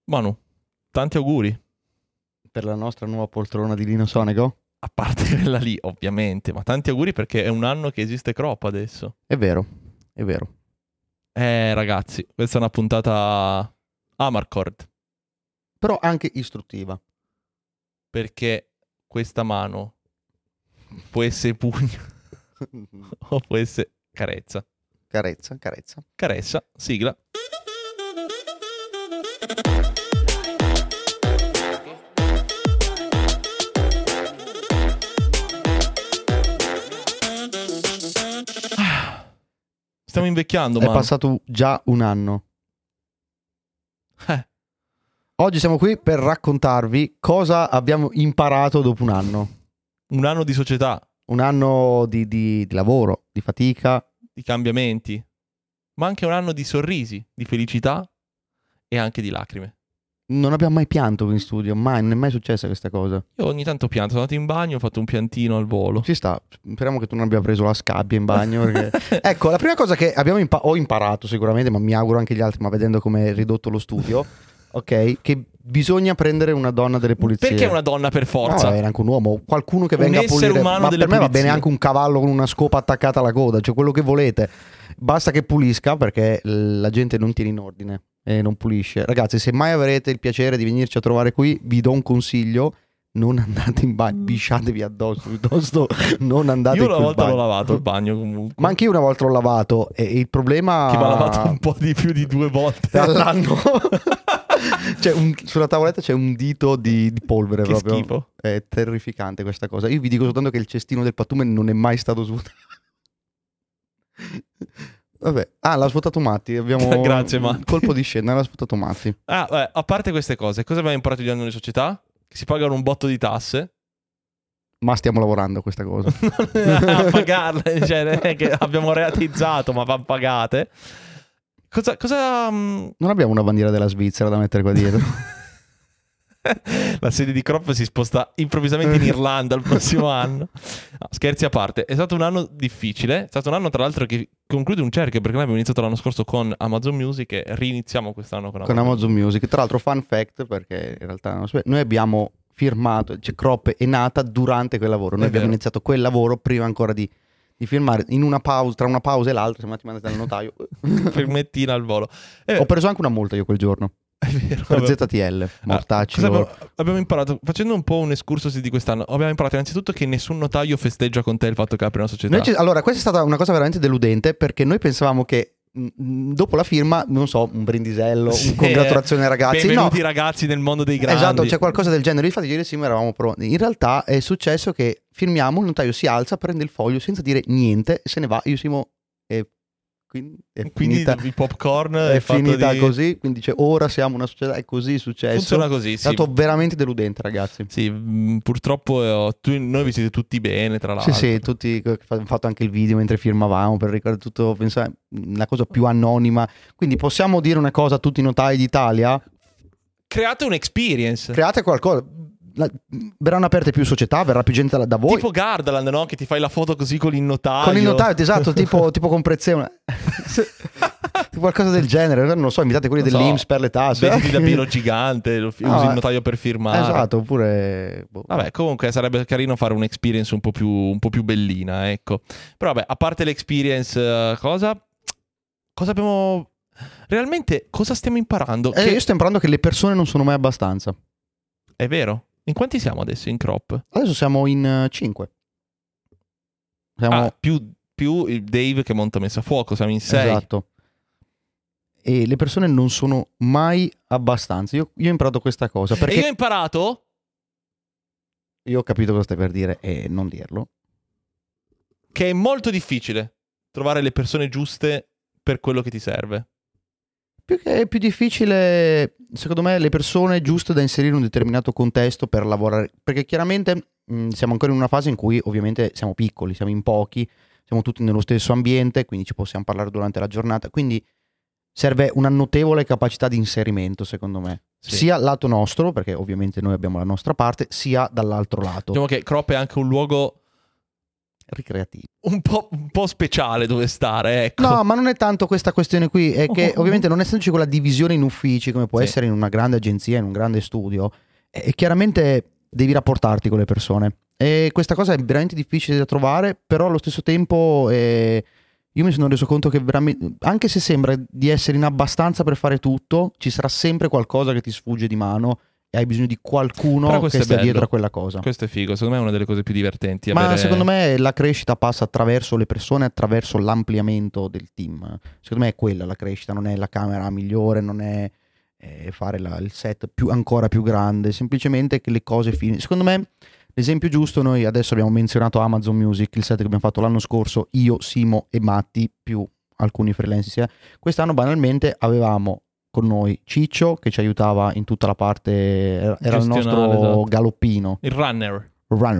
Manu, tanti auguri. Per la nostra nuova poltrona di Lino Sonego? A parte quella lì, ovviamente, ma tanti auguri perché è un anno che esiste Crop adesso. È vero, è vero. Ragazzi, questa è una puntata Amarcord, Però anche istruttiva. perché questa mano può essere pugno o può essere carezza. Carezza. Carezza, sigla. Stiamo invecchiando, È ma passato già un anno. Oggi siamo qui per raccontarvi cosa abbiamo imparato dopo un anno. un anno di società, Un anno di lavoro, di fatica. di cambiamenti, ma anche un anno di sorrisi, di felicità e anche di lacrime. Non abbiamo mai pianto qui in studio, mai, non è mai successa questa cosa. Io ogni tanto pianto, sono andato in bagno, ho fatto un piantino al volo. Ci sta, speriamo che tu non abbia preso la scabbia in bagno. Perché... Ecco, la prima cosa che ho imparato sicuramente, ma mi auguro anche gli altri, ma vedendo come è ridotto lo studio, ok, che bisogna prendere una donna delle pulizie. Perché una donna per forza? No, era anche un uomo, qualcuno che Un venga a essere pulire. umano Ma delle per me va pulizie. bene anche un cavallo con una scopa attaccata alla coda, cioè quello che volete. Basta che pulisca, perché la gente non tiene in ordine e non pulisce. Ragazzi, se mai avrete il piacere di venirci a trovare qui, vi do un consiglio: non andate in bagno, pisciatevi addosso, piuttosto non andate Io in una quel volta bagno. l'ho lavato il bagno comunque. Ma anche io una volta l'ho lavato e il problema Che mi ha lavato un po' di più di 2 volte all'anno. Sulla tavoletta c'è un dito di polvere. Che proprio. schifo. È terrificante questa cosa. Io vi dico soltanto che il cestino del pattume non è mai stato svuotato. Vabbè. L'ha svuotato Matti. Abbiamo Grazie, Matti. colpo di scena, l'ha svuotato Matti. A parte queste cose, cosa abbiamo imparato di anno di società? Che si pagano un botto di tasse. Ma stiamo lavorando a questa cosa. A pagarle, cioè non è che abbiamo reatizzato, ma van pagate. Cosa Non abbiamo una bandiera della Svizzera da mettere qua dietro. La sede di Crop si sposta improvvisamente in Irlanda il prossimo anno. No, scherzi a parte, è stato un anno difficile. È stato un anno, tra l'altro, che conclude un cerchio, perché noi abbiamo iniziato l'anno scorso con Amazon Music e riniziamo quest'anno con Amazon Music. Tra l'altro, fun fact, perché in realtà noi abbiamo firmato, cioè Crop è nata durante quel lavoro. Noi abbiamo iniziato quel lavoro prima ancora di filmare. In una pausa, tra una pausa e l'altra, siamo andati dal notaio. Fermettina al volo. Ho preso anche una multa io quel giorno. È vero. Per ZTL, mortacci. Abbiamo imparato, facendo un po' un excursus di quest'anno, abbiamo imparato innanzitutto che nessun notaio festeggia con te il fatto che apri una società. Allora, questa è stata una cosa veramente deludente, perché noi pensavamo che dopo la firma, non so, un brindisello, un congratulazione ai ragazzi. Benvenuti ragazzi nel mondo dei grandi. Esatto, c'è qualcosa del genere. Infatti io e Simo eravamo pronti. In realtà è successo che firmiamo, il notaio si alza, prende il foglio senza dire niente e se ne va. Io e Simo... Quindi il popcorn è finita così, quindi dice ora siamo una società, è così successo. Funziona così, sì. È stato veramente deludente, ragazzi. Sì, purtroppo noi vi siete tutti bene, tra l'altro. Sì, tutti abbiamo fatto anche il video mentre firmavamo per ricordare tutto, pensare la cosa più anonima. Quindi possiamo dire una cosa a tutti i notai d'Italia? Create un'experience. Create qualcosa. Verranno aperte più società, verrà più gente da voi. Tipo Gardaland, no? Che ti fai la foto così con il notaio. Con il notaio, esatto, tipo con Prezzemolo. Qualcosa del genere, non lo so, invitate quelli dell'Inps per le tasse. Vestiti da Piero gigante, usi il notaio per firmare. Esatto, oppure... Vabbè, comunque sarebbe carino fare un'experience un po' più bellina, ecco. Però vabbè, a parte l'experience, cosa abbiamo... Realmente, cosa stiamo imparando? Io sto imparando che le persone non sono mai abbastanza. È vero? In quanti siamo adesso in Crop? Adesso siamo in 5. Siamo... più il Dave che monta messa a fuoco, siamo in 6. Esatto. E le persone non sono mai abbastanza. Io ho imparato questa cosa. Perché E io ho imparato? Io ho capito cosa stai per dire e non dirlo. Che è molto difficile trovare le persone giuste per quello che ti serve. Più che è più difficile, secondo me, le persone giuste da inserire in un determinato contesto per lavorare. Perché chiaramente siamo ancora in una fase in cui ovviamente siamo piccoli, siamo in pochi, siamo tutti nello stesso ambiente, quindi ci possiamo parlare durante la giornata. Quindi serve una notevole capacità di inserimento, secondo me. Sì. Sia lato nostro, perché ovviamente noi abbiamo la nostra parte, sia dall'altro lato. Diciamo che Crop è anche un luogo ricreativo. Un po' speciale dove stare, ecco. No, ma non è tanto questa questione qui, è che ovviamente non essendoci quella divisione in uffici come può essere in una grande agenzia, in un grande studio, e chiaramente devi rapportarti con le persone. E questa cosa è veramente difficile da trovare, però allo stesso tempo io mi sono reso conto che veramente, anche se sembra di essere in abbastanza per fare tutto, ci sarà sempre qualcosa che ti sfugge di mano e hai bisogno di qualcuno che stia dietro a quella cosa. Questo è figo, secondo me è una delle cose più divertenti. Ma secondo me la crescita passa attraverso le persone, attraverso l'ampliamento del team. Secondo me è quella la crescita, non è la camera migliore, non è fare il set ancora più grande, semplicemente che le cose secondo me l'esempio giusto, noi adesso abbiamo menzionato Amazon Music, il set che abbiamo fatto l'anno scorso, io, Simo e Matti, più alcuni freelance. Quest'anno banalmente avevamo con noi Ciccio che ci aiutava in tutta la parte, era il nostro esatto. galoppino, il runner,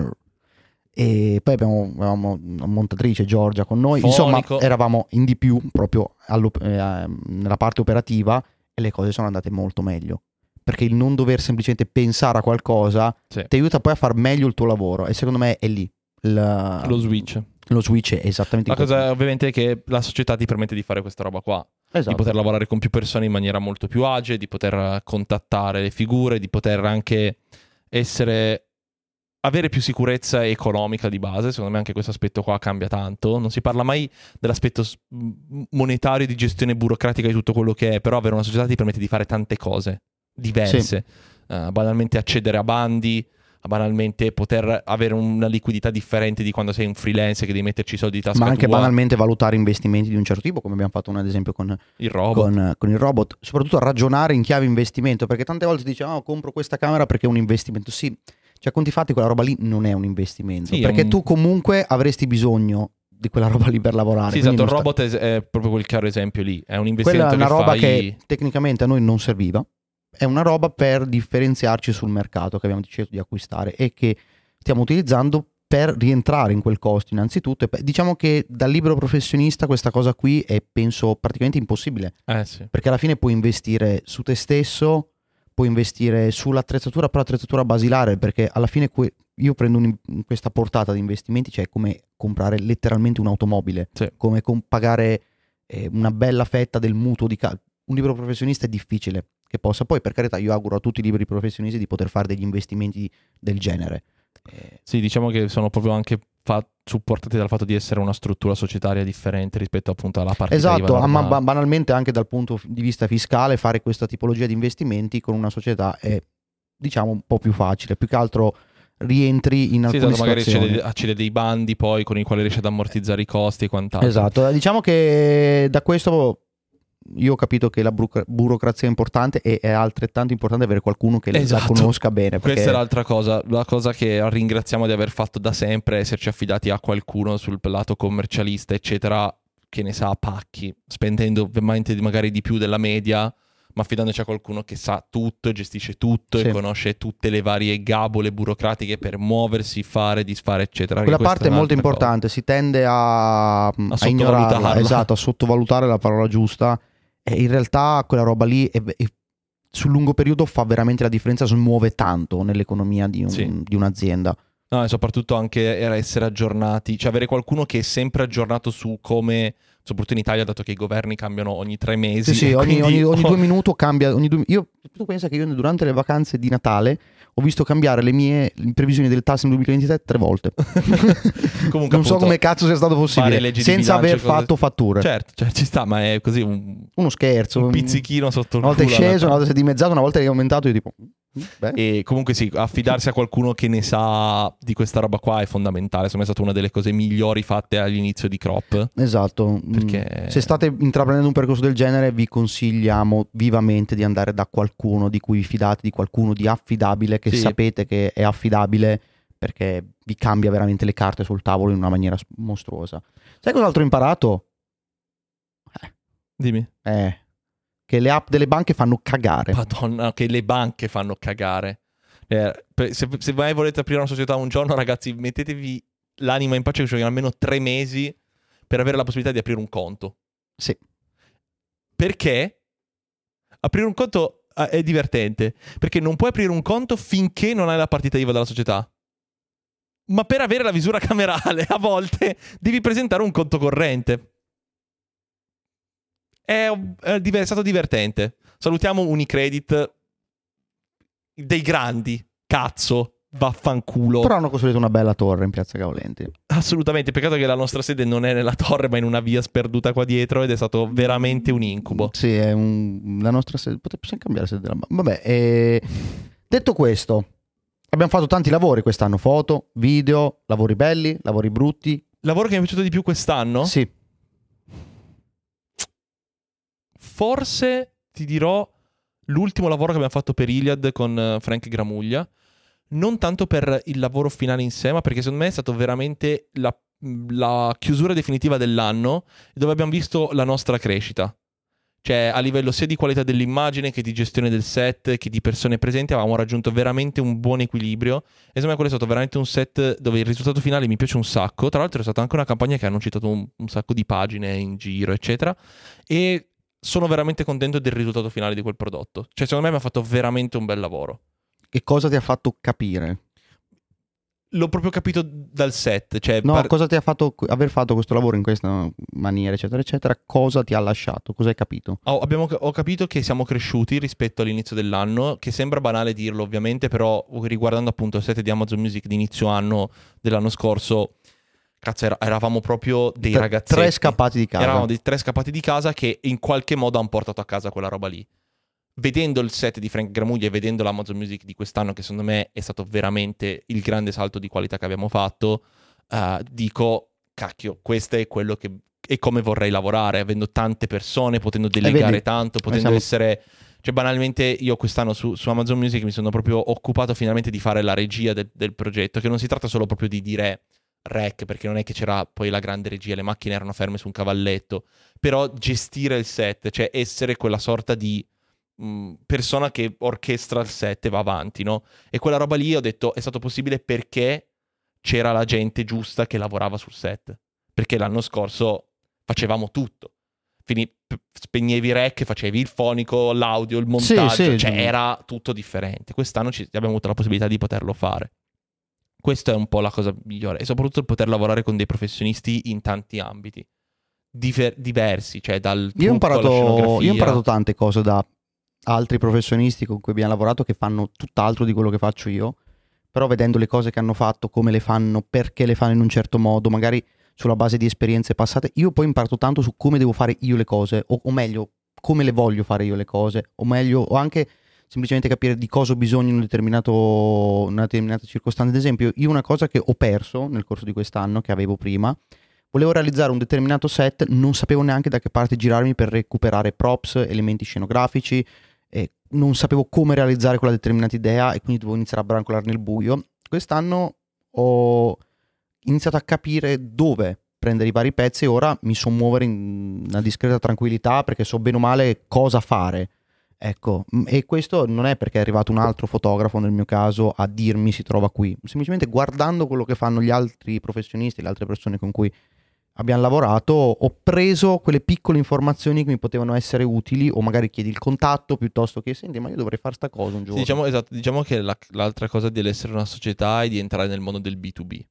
e poi avevamo una montatrice Giorgia con noi, Fonico. Insomma eravamo in di più proprio nella parte operativa e le cose sono andate molto meglio, perché il non dover semplicemente pensare a qualcosa ti aiuta poi a far meglio il tuo lavoro, e secondo me è lì lo switch. Lo switch è esattamente la cosa ovviamente è che la società ti permette di fare questa roba qua, esatto. Di poter lavorare con più persone in maniera molto più agile, di poter contattare le figure, di poter anche avere più sicurezza economica di base. Secondo me anche questo aspetto qua cambia tanto. Non si parla mai dell'aspetto monetario, di gestione burocratica di tutto quello che è, però avere una società ti permette di fare tante cose diverse, sì. Banalmente accedere a bandi, banalmente poter avere una liquidità differente di quando sei un freelance che devi metterci i soldi di tasca tua. Ma anche banalmente valutare investimenti di un certo tipo, come abbiamo fatto ad esempio con il robot. Con il robot, soprattutto ragionare in chiave investimento, perché tante volte si dice compro questa camera perché è un investimento. Sì, cioè a conti fatti quella roba lì non è un investimento, sì, perché tu comunque avresti bisogno di quella roba lì per lavorare. Sì, esatto, il robot è proprio quel chiaro esempio lì, è un investimento. Quella è una roba fai... che tecnicamente a noi non serviva, è una roba per differenziarci sul mercato che abbiamo deciso di acquistare e che stiamo utilizzando per rientrare in quel costo innanzitutto. Diciamo che da libero professionista questa cosa qui è, penso, praticamente impossibile, sì. perché alla fine puoi investire su te stesso, puoi investire sull'attrezzatura, però attrezzatura basilare, perché alla fine io prendo questa portata di investimenti, cioè come comprare letteralmente un'automobile, sì. Come pagare una bella fetta del mutuo di casa. Un libero professionista è difficile che possa, poi per carità io auguro a tutti i liberi professionisti di poter fare degli investimenti del genere. Sì, diciamo che sono proprio anche supportati dal fatto di essere una struttura societaria differente rispetto appunto alla partita IVA. Esatto, ma banalmente anche dal punto di vista fiscale fare questa tipologia di investimenti con una società è, diciamo, un po' più facile, più che altro rientri in alcune situazioni. Magari accede dei bandi poi con i quali riesce ad ammortizzare i costi e quant'altro. Esatto, diciamo che da questo io ho capito che la burocrazia è importante e è altrettanto importante avere qualcuno che la conosca bene. Perché... Questa è l'altra cosa, la cosa che ringraziamo di aver fatto da sempre è esserci affidati a qualcuno sul lato commercialista eccetera, che ne sa a pacchi, spendendo ovviamente magari di più della media, ma affidandoci a qualcuno che sa tutto e gestisce tutto, sì. E conosce tutte le varie gabole burocratiche per muoversi, fare, disfare eccetera. Quella parte è molto importante, si tende a ignorarla, esatto, a sottovalutare la parola giusta. E in realtà quella roba lì sul lungo periodo fa veramente la differenza, smuove tanto nell'economia di un'azienda. No, e soprattutto anche essere aggiornati, cioè avere qualcuno che è sempre aggiornato su come, soprattutto in Italia, dato che i governi cambiano ogni 3 mesi. Sì, ogni 2 minuti cambia. Tu pensa che io durante le vacanze di Natale ho visto cambiare le mie previsioni del tasso nel 2023 3 volte. Comunque, non so come cazzo sia stato possibile senza aver fatto fatture. Certo, cioè, ci sta, ma è così uno scherzo, un pizzichino sotto il culo. Una volta è sceso, una volta si è dimezzato, una volta è aumentato, io tipo... Beh. E comunque sì, affidarsi a qualcuno che ne sa di questa roba qua è fondamentale. Secondo me è stata una delle cose migliori fatte all'inizio di Crop. Esatto, perché se state intraprendendo un percorso del genere vi consigliamo vivamente di andare da qualcuno di cui vi fidate, di qualcuno di affidabile, che sapete che è affidabile, perché vi cambia veramente le carte sul tavolo in una maniera mostruosa. Sai cos'altro ho imparato? Dimmi. Che le app delle banche fanno cagare. Madonna, che le banche fanno cagare. Se mai volete aprire una società un giorno, ragazzi, mettetevi l'anima in pace, che ci vogliono almeno 3 mesi per avere la possibilità di aprire un conto. Sì. Perché aprire un conto è divertente, perché non puoi aprire un conto finché non hai la partita IVA della società. Ma per avere la visura camerale a volte devi presentare un conto corrente. È stato divertente. Salutiamo Unicredit dei grandi. Cazzo, vaffanculo. Però hanno costruito una bella torre in Piazza Gaolenti. Assolutamente, peccato che la nostra sede non è nella torre ma in una via sperduta qua dietro ed è stato veramente un incubo. Sì, è la nostra sede. Possiamo cambiare sede della... Vabbè, detto questo, abbiamo fatto tanti lavori quest'anno. Foto, video, lavori belli, lavori brutti. Lavoro che mi è piaciuto di più quest'anno? Sì. Forse ti dirò l'ultimo lavoro che abbiamo fatto per Iliad con Frank Gramuglia. Non tanto per il lavoro finale in sé, ma perché secondo me è stato veramente la chiusura definitiva dell'anno, dove abbiamo visto la nostra crescita. Cioè, a livello sia di qualità dell'immagine che di gestione del set, che di persone presenti, avevamo raggiunto veramente un buon equilibrio. E secondo me quello è stato veramente un set dove il risultato finale mi piace un sacco. Tra l'altro è stata anche una campagna che hanno citato un sacco di pagine in giro, eccetera. E sono veramente contento del risultato finale di quel prodotto. Cioè, secondo me mi ha fatto veramente un bel lavoro. E cosa ti ha fatto capire? L'ho proprio capito dal set. Cioè, No, cosa ti ha fatto aver fatto questo lavoro in questa maniera, eccetera, eccetera? Cosa ti ha lasciato? Cosa hai capito? Ho capito che siamo cresciuti rispetto all'inizio dell'anno, che sembra banale dirlo ovviamente, però riguardando appunto il set di Amazon Music di inizio anno dell'anno scorso, cazzo, eravamo proprio dei ragazzetti. 3 scappati di casa. Eravamo dei 3 scappati di casa che in qualche modo hanno portato a casa quella roba lì. Vedendo il set di Frank Gramuglia e vedendo l'Amazon Music di quest'anno, che secondo me è stato veramente il grande salto di qualità che abbiamo fatto, dico, cacchio, questo è quello che è come vorrei lavorare, avendo tante persone, potendo delegare tanto, potendo essere... Cioè, banalmente, io quest'anno su Amazon Music mi sono proprio occupato finalmente di fare la regia del progetto, che non si tratta solo proprio di dire rec, perché non è che c'era poi la grande regia, le macchine erano ferme su un cavalletto, però gestire il set, cioè essere quella sorta di persona che orchestra il set e va avanti, no? E quella roba lì ho detto è stato possibile perché c'era la gente giusta che lavorava sul set, perché l'anno scorso facevamo tutto. Spegnevi i rec, facevi il fonico, l'audio, il montaggio, cioè era tutto differente. Quest'anno abbiamo avuto la possibilità di poterlo fare. Questa è un po' la cosa migliore, e soprattutto poter lavorare con dei professionisti in tanti ambiti diversi, cioè dal trucco alla scenografia. Io ho imparato tante cose da altri professionisti con cui abbiamo lavorato che fanno tutt'altro di quello che faccio io, però vedendo le cose che hanno fatto, come le fanno, perché le fanno in un certo modo, magari sulla base di esperienze passate, io poi ho imparato tanto su come devo fare io le cose, o meglio, come le voglio fare io le cose, o meglio, o anche semplicemente capire di cosa ho bisogno in una determinata circostanza. Ad esempio, io una cosa che ho perso nel corso di quest'anno, che avevo prima, volevo realizzare un determinato set, non sapevo neanche da che parte girarmi per recuperare props, elementi scenografici, non sapevo come realizzare quella determinata idea e quindi dovevo iniziare a brancolare nel buio. Quest'anno ho iniziato a capire dove prendere i vari pezzi e ora mi so muovere in una discreta tranquillità perché so bene o male cosa fare. Ecco, e questo non è perché è arrivato un altro fotografo nel mio caso a dirmi si trova qui, semplicemente guardando quello che fanno gli altri professionisti, le altre persone con cui abbiamo lavorato, ho preso quelle piccole informazioni che mi potevano essere utili, o magari chiedi il contatto piuttosto che senti ma io dovrei fare sta cosa un giorno. Sì, diciamo che l'altra cosa dell'essere una società è di entrare nel mondo del B2B,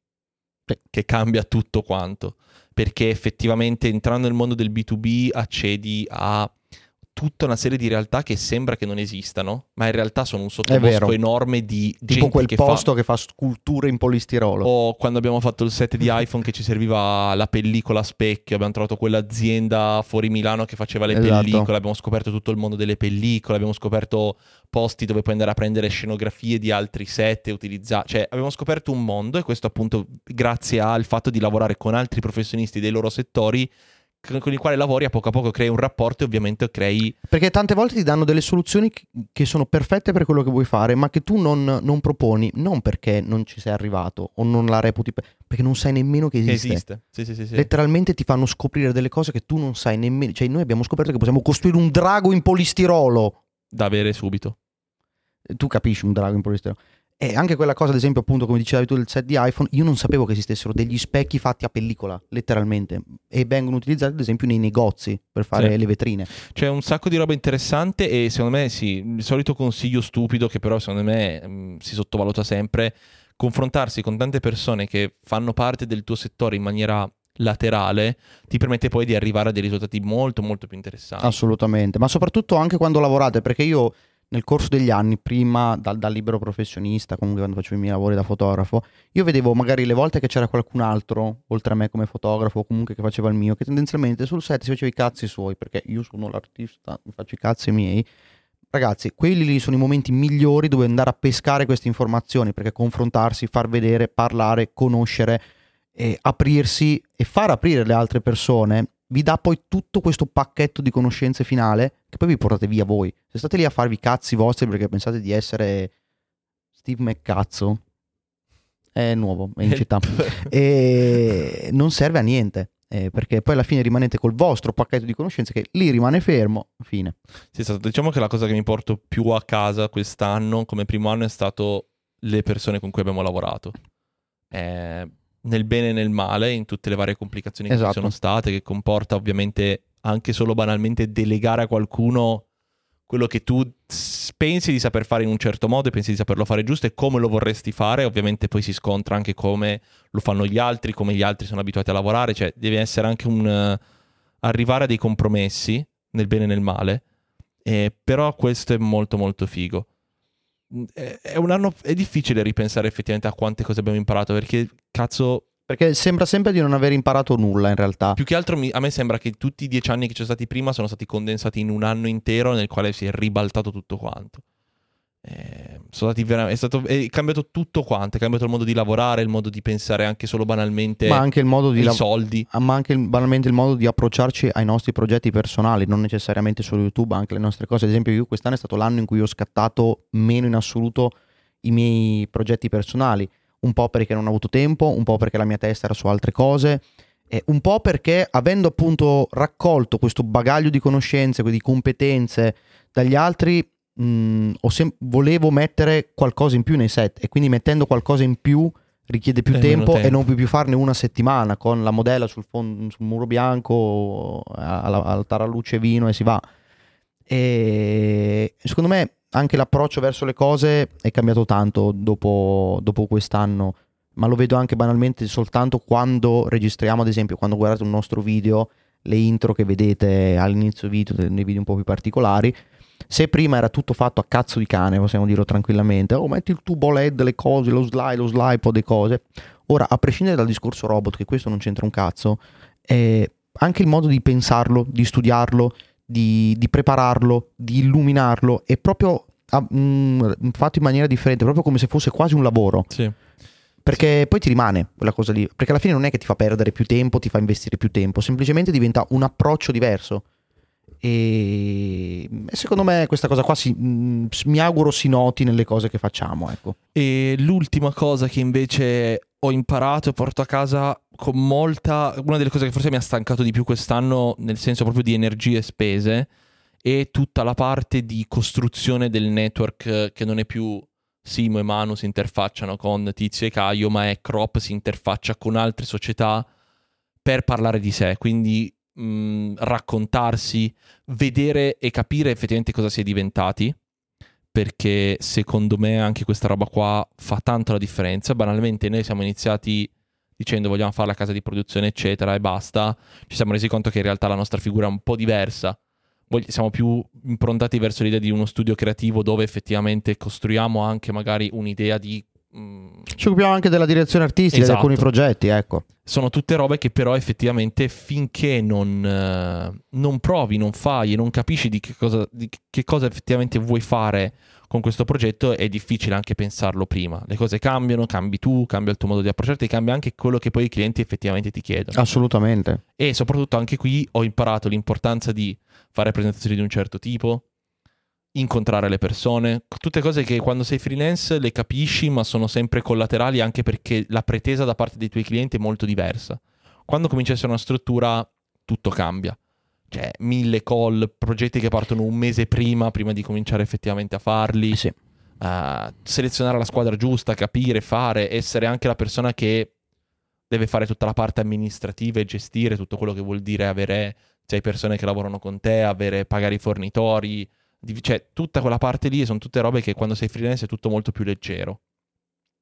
che cambia tutto quanto, perché effettivamente entrando nel mondo del B2B accedi a tutta una serie di realtà che sembra che non esistano, ma in realtà sono un sottobosco enorme di tipo gente quel che posto che fa sculture in polistirolo. O quando abbiamo fatto il set di iPhone che ci serviva la pellicola a specchio, abbiamo trovato quell'azienda fuori Milano che faceva le pellicole, abbiamo scoperto tutto il mondo delle pellicole, abbiamo scoperto posti dove puoi andare a prendere scenografie di altri set e utilizzare, cioè abbiamo scoperto un mondo, e questo appunto grazie al fatto di lavorare con altri professionisti dei loro settori con i quali lavori, a poco crei un rapporto e ovviamente crei... Perché tante volte ti danno delle soluzioni che sono perfette per quello che vuoi fare, ma che tu non proponi, non perché non ci sei arrivato o non la reputi, perché non sai nemmeno che esiste. Sì. Letteralmente ti fanno scoprire delle cose che tu non sai nemmeno. Cioè noi abbiamo scoperto che possiamo costruire un drago in polistirolo. Da avere subito. Tu capisci un drago in polistirolo. E anche quella cosa, ad esempio, appunto, come dicevi tu del set di iPhone, io non sapevo che esistessero degli specchi fatti a pellicola, letteralmente, e vengono utilizzati, ad esempio, nei negozi per fare le vetrine. C'è un sacco di roba interessante e secondo me, sì, il solito consiglio stupido che però secondo me si sottovaluta sempre: confrontarsi con tante persone che fanno parte del tuo settore in maniera laterale ti permette poi di arrivare a dei risultati molto molto più interessanti. Assolutamente, ma soprattutto anche quando lavorate, perché io nel corso degli anni, prima da libero professionista, comunque quando facevo i miei lavori da fotografo, io vedevo magari le volte che c'era qualcun altro, oltre a me come fotografo, o comunque che faceva il mio, che tendenzialmente sul set si faceva i cazzi suoi, perché io sono l'artista, mi faccio i cazzi miei. Ragazzi, quelli lì sono i momenti migliori dove andare a pescare queste informazioni, perché confrontarsi, far vedere, parlare, conoscere, aprirsi e far aprire le altre persone vi dà poi tutto questo pacchetto di conoscenze finale che poi vi portate via voi. Se state lì a farvi i cazzi vostri perché pensate di essere Steve McCazzo, è nuovo, è in città, e non serve a niente. Perché poi alla fine rimanete col vostro pacchetto di conoscenze che lì rimane fermo, fine. Sì, diciamo che la cosa che mi porto più a casa quest'anno, come primo anno, è stato le persone con cui abbiamo lavorato. Nel bene e nel male, in tutte le varie complicazioni che ci sono state, che comporta ovviamente anche solo banalmente delegare a qualcuno quello che tu pensi di saper fare in un certo modo e pensi di saperlo fare giusto e come lo vorresti fare. Ovviamente poi si scontra anche come lo fanno gli altri, come gli altri sono abituati a lavorare, cioè deve essere anche un arrivare a dei compromessi nel bene e nel male, però questo è molto molto figo. È un anno, è difficile ripensare effettivamente a quante cose abbiamo imparato, perché cazzo... Perché sembra sempre di non aver imparato nulla in realtà. Più che altro a me sembra che tutti i 10 anni che ci sono stati prima sono stati condensati in un anno intero nel quale si è ribaltato tutto quanto. È cambiato tutto quanto, è cambiato il modo di lavorare, il modo di pensare anche solo banalmente, ma anche il modo di ai soldi. Ma anche banalmente il modo di approcciarci ai nostri progetti personali, non necessariamente solo YouTube, anche le nostre cose. Ad esempio io quest'anno è stato l'anno in cui ho scattato meno in assoluto i miei progetti personali. Un po' perché non ho avuto tempo, un po' perché la mia testa era su altre cose, un po' perché avendo appunto raccolto questo bagaglio di conoscenze, di competenze dagli altri, volevo mettere qualcosa in più nei set, e quindi mettendo qualcosa in più richiede più tempo e non puoi più farne una settimana con la modella sul muro bianco, al taraluce vino e si va. E secondo me anche l'approccio verso le cose è cambiato tanto dopo quest'anno, ma lo vedo anche banalmente soltanto quando registriamo, ad esempio quando guardate un nostro video, le intro che vedete all'inizio video, nei video un po' più particolari. Se prima era tutto fatto a cazzo di cane, possiamo dirlo tranquillamente, metti il tubo LED, le cose, lo slide, po' di cose. Ora, a prescindere dal discorso robot, che questo non c'entra un cazzo, anche il modo di pensarlo, di studiarlo, di prepararlo, di illuminarlo è proprio fatto in maniera differente, proprio come se fosse quasi un lavoro. Sì. Perché poi ti rimane quella cosa lì, perché alla fine non è che ti fa perdere più tempo, ti fa investire più tempo, semplicemente diventa un approccio diverso. E secondo me questa cosa qua mi auguro si noti nelle cose che facciamo, ecco. E l'ultima cosa che invece ho imparato e porto a casa con una delle cose che forse mi ha stancato di più quest'anno, nel senso proprio di energie spese, è tutta la parte di costruzione del network, che non è più Simo e Manu si interfacciano con Tizio e Caio, ma è Crop si interfaccia con altre società per parlare di sé, quindi raccontarsi, vedere e capire effettivamente cosa si è diventati, perché secondo me anche questa roba qua fa tanto la differenza. Banalmente noi siamo iniziati dicendo vogliamo fare la casa di produzione eccetera e basta, ci siamo resi conto che in realtà la nostra figura è un po' diversa, siamo più improntati verso l'idea di uno studio creativo dove effettivamente costruiamo anche magari un'idea di... Ci occupiamo anche della direzione artistica, esatto, di alcuni progetti, ecco. Sono tutte robe che però effettivamente finché non provi, non fai e non capisci di che cosa effettivamente vuoi fare con questo progetto, è difficile anche pensarlo prima. Le cose cambiano, cambi tu, cambia il tuo modo di approcciarti, cambia anche quello che poi i clienti effettivamente ti chiedono. Assolutamente. E soprattutto anche qui ho imparato l'importanza di fare presentazioni di un certo tipo, incontrare le persone, tutte cose che quando sei freelance le capisci ma sono sempre collaterali, anche perché la pretesa da parte dei tuoi clienti è molto diversa. Quando cominci a essere una struttura tutto cambia, cioè 1000 call, progetti che partono un mese prima di cominciare effettivamente a farli, sì. Selezionare la squadra giusta, capire, fare, essere anche la persona che deve fare tutta la parte amministrativa e gestire tutto quello che vuol dire avere 6 persone che lavorano con te, pagare i fornitori, cioè tutta quella parte lì sono tutte robe che quando sei freelance è tutto molto più leggero.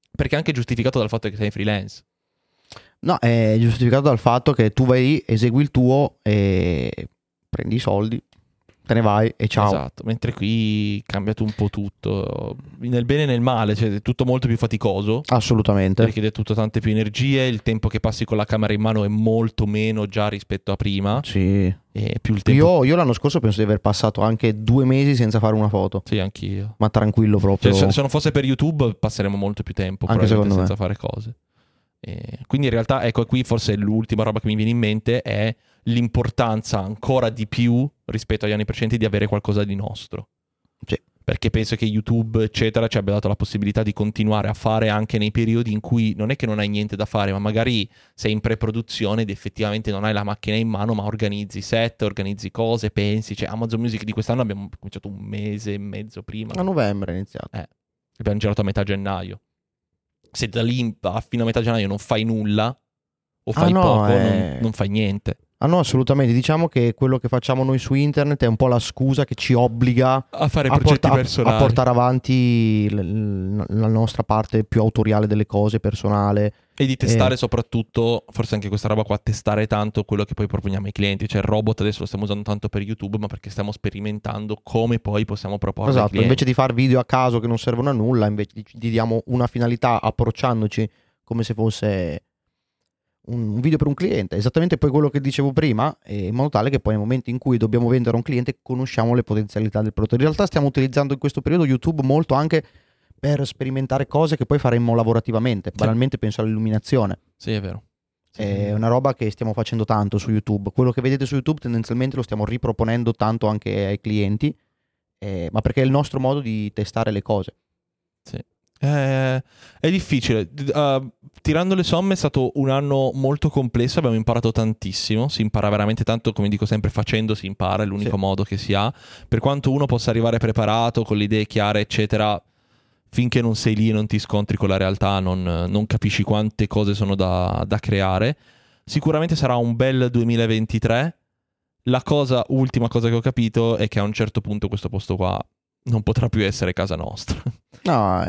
Perché è anche giustificato dal fatto che sei freelance. No, è giustificato dal fatto che tu vai, esegui il tuo e prendi i soldi, te ne vai e ciao. Esatto, mentre qui è cambiato un po' tutto, nel bene e nel male, cioè è tutto molto più faticoso, Assolutamente. richiede tutto tante più energie, il tempo che passi con la camera in mano è molto meno già rispetto a prima, Sì. e più il tempo... Io l'anno scorso penso di aver passato anche 2 mesi senza fare una foto, Sì, anch'io. ma tranquillo proprio. Cioè, se non fosse per YouTube passeremo molto più tempo Anche probabilmente secondo me. senza fare cose. Quindi in realtà, ecco, qui forse l'ultima roba che mi viene in mente è l'importanza ancora di più rispetto agli anni precedenti di avere qualcosa di nostro. Sì. Perché penso che YouTube, eccetera, ci abbia dato la possibilità di continuare a fare anche nei periodi in cui non è che non hai niente da fare, ma magari sei in pre-produzione ed effettivamente non hai la macchina in mano, ma organizzi set, organizzi cose, pensi. Cioè, Amazon Music di quest'anno abbiamo cominciato un mese e mezzo prima. A novembre è iniziato. Abbiamo girato a metà gennaio. Se da lì a fino a metà gennaio non fai nulla o fai poco, non fai niente. Ah no, assolutamente. Diciamo che quello che facciamo noi su internet è un po' la scusa che ci obbliga A fare progetti personali. a portare avanti la nostra parte più autoriale delle cose, personale. E di testare soprattutto, forse anche questa roba qua, testare tanto quello che poi proponiamo ai clienti. Cioè il robot adesso lo stiamo usando tanto per YouTube, ma perché stiamo sperimentando come poi possiamo proporre ai Esatto, clienti. invece di fare video a caso che non servono a nulla, invece gli diamo una finalità approcciandoci come se fosse un video per un cliente, esattamente poi quello che dicevo prima, in modo tale che poi nel momento in cui dobbiamo vendere a un cliente conosciamo le potenzialità del prodotto. In realtà stiamo utilizzando in questo periodo YouTube molto anche per sperimentare cose che poi faremmo lavorativamente. Banalmente penso all'illuminazione. Sì, è vero. Sì, È una roba che stiamo facendo tanto su YouTube. Quello che vedete su YouTube tendenzialmente lo stiamo riproponendo tanto anche ai clienti, ma perché è il nostro modo di testare le cose. Sì. È difficile. Tirando le somme è stato un anno molto complesso, abbiamo imparato tantissimo, si impara veramente tanto, come dico sempre, facendo si impara, è l'unico modo che si ha. Per quanto uno possa arrivare preparato, con le idee chiare, eccetera, finché non sei lì e non ti scontri con la realtà, non capisci quante cose sono da creare. Sicuramente sarà un bel 2023. La ultima cosa che ho capito è che a un certo punto questo posto qua non potrà più essere casa nostra. No,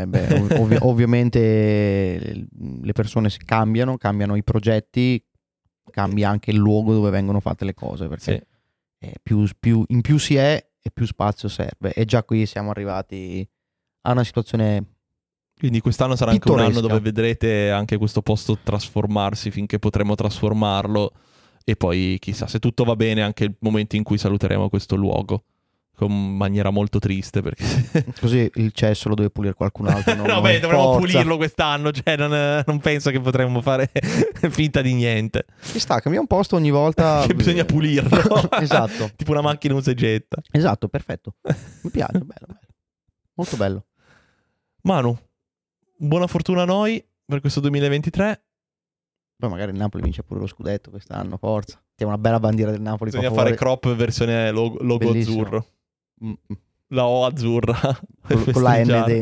ovviamente le persone cambiano i progetti, cambia anche il luogo dove vengono fatte le cose, perché in più si è e più spazio serve. E già qui siamo arrivati a una situazione. Quindi quest'anno sarà anche un anno dove vedrete anche questo posto trasformarsi finché potremo trasformarlo, e poi chissà, se tutto va bene, anche il momento in cui saluteremo questo luogo con maniera molto triste, perché così il cesso lo deve pulire qualcun altro. No, beh, dovremmo pulirlo quest'anno, cioè non penso che potremmo fare finta di niente. Ci sta, cambia un posto ogni volta. Che bisogna pulirlo. Esatto. Tipo una macchina usa e getta. Esatto, perfetto. Mi piace, bello. Molto bello. Manu, buona fortuna a noi per questo 2023. Poi magari il Napoli vince pure lo scudetto quest'anno, forza. Mettiamo una bella bandiera del Napoli. Bisogna fare crop versione logo azzurro. La O azzurra. Con la ND.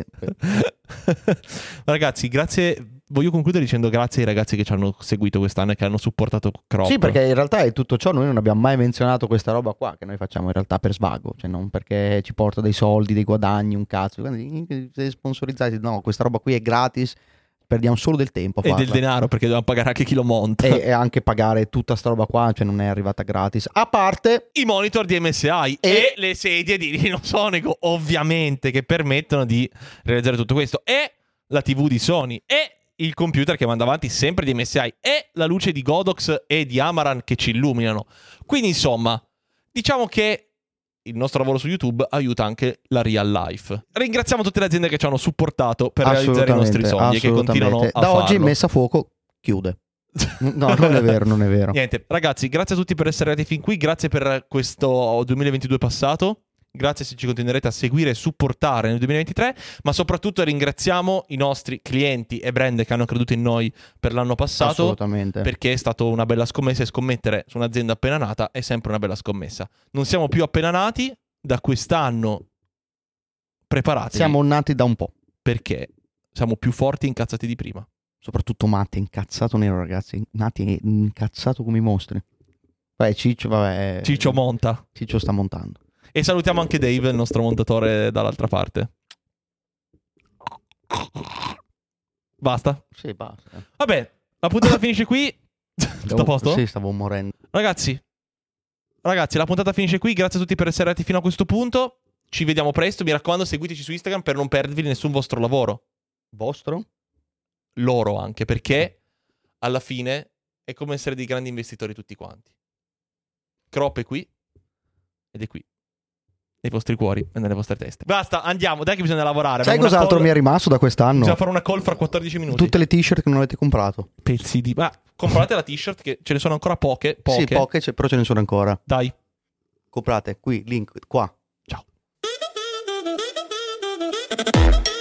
Ragazzi, grazie. Voglio concludere dicendo grazie ai ragazzi che ci hanno seguito quest'anno e che hanno supportato Crop. Sì, perché in realtà è tutto ciò. Noi non abbiamo mai menzionato questa roba qua, che noi facciamo in realtà per svago, cioè non perché ci porta dei soldi, dei guadagni, un cazzo. Siete sponsorizzati, no, questa roba qui è gratis, perdiamo solo del tempo a farla. E del denaro, perché dobbiamo pagare anche chi lo monta. E anche pagare tutta sta roba qua, cioè non è arrivata gratis. A parte i monitor di MSI e le sedie di Rhinosonico, ovviamente, che permettono di realizzare tutto questo. E la TV di Sony e il computer che manda avanti sempre di MSI e la luce di Godox e di Amaran che ci illuminano. Quindi insomma, diciamo che il nostro lavoro su YouTube aiuta anche la real life. Ringraziamo tutte le aziende che ci hanno supportato per realizzare i nostri sogni e che continuano a farlo. Da oggi Messa a Fuoco chiude. No, non è vero, non è vero. Niente, ragazzi, grazie a tutti per essere arrivati fin qui, grazie per questo 2022 passato. Grazie se ci continuerete a seguire e supportare nel 2023, ma soprattutto ringraziamo i nostri clienti e brand che hanno creduto in noi per l'anno passato. Assolutamente. Perché è stata una bella scommessa, e scommettere su un'azienda appena nata è sempre una bella scommessa. Non siamo più appena nati, da quest'anno preparatevi. Siamo nati da un po'. Perché siamo più forti e incazzati di prima. Soprattutto Matte, incazzato nero, ragazzi. Nati incazzato come i mostri. Ciccio monta. Ciccio sta montando. E salutiamo anche Dave, il nostro montatore dall'altra parte. Basta. Sì, basta. Vabbè, la puntata finisce qui. Tutto a posto? Sì, stavo morendo. Ragazzi, la puntata finisce qui. Grazie a tutti per essere arrivati fino a questo punto. Ci vediamo presto. Mi raccomando, seguiteci su Instagram per non perdervi nessun vostro lavoro. Vostro? Loro anche, perché alla fine è come essere dei grandi investitori tutti quanti. Crop è qui ed è qui. Nei vostri cuori e nelle vostre teste. Basta, andiamo. Dai che bisogna lavorare. Sai Abbiamo una cos'altro call- mi è rimasto da quest'anno? Bisogna fare una call fra 14 minuti. Tutte le t-shirt che non avete comprato. Pezzi di... Ma comprate la t-shirt che ce ne sono ancora poche. Sì, poche, però ce ne sono ancora. Dai. Comprate, qui, link, qua. Ciao.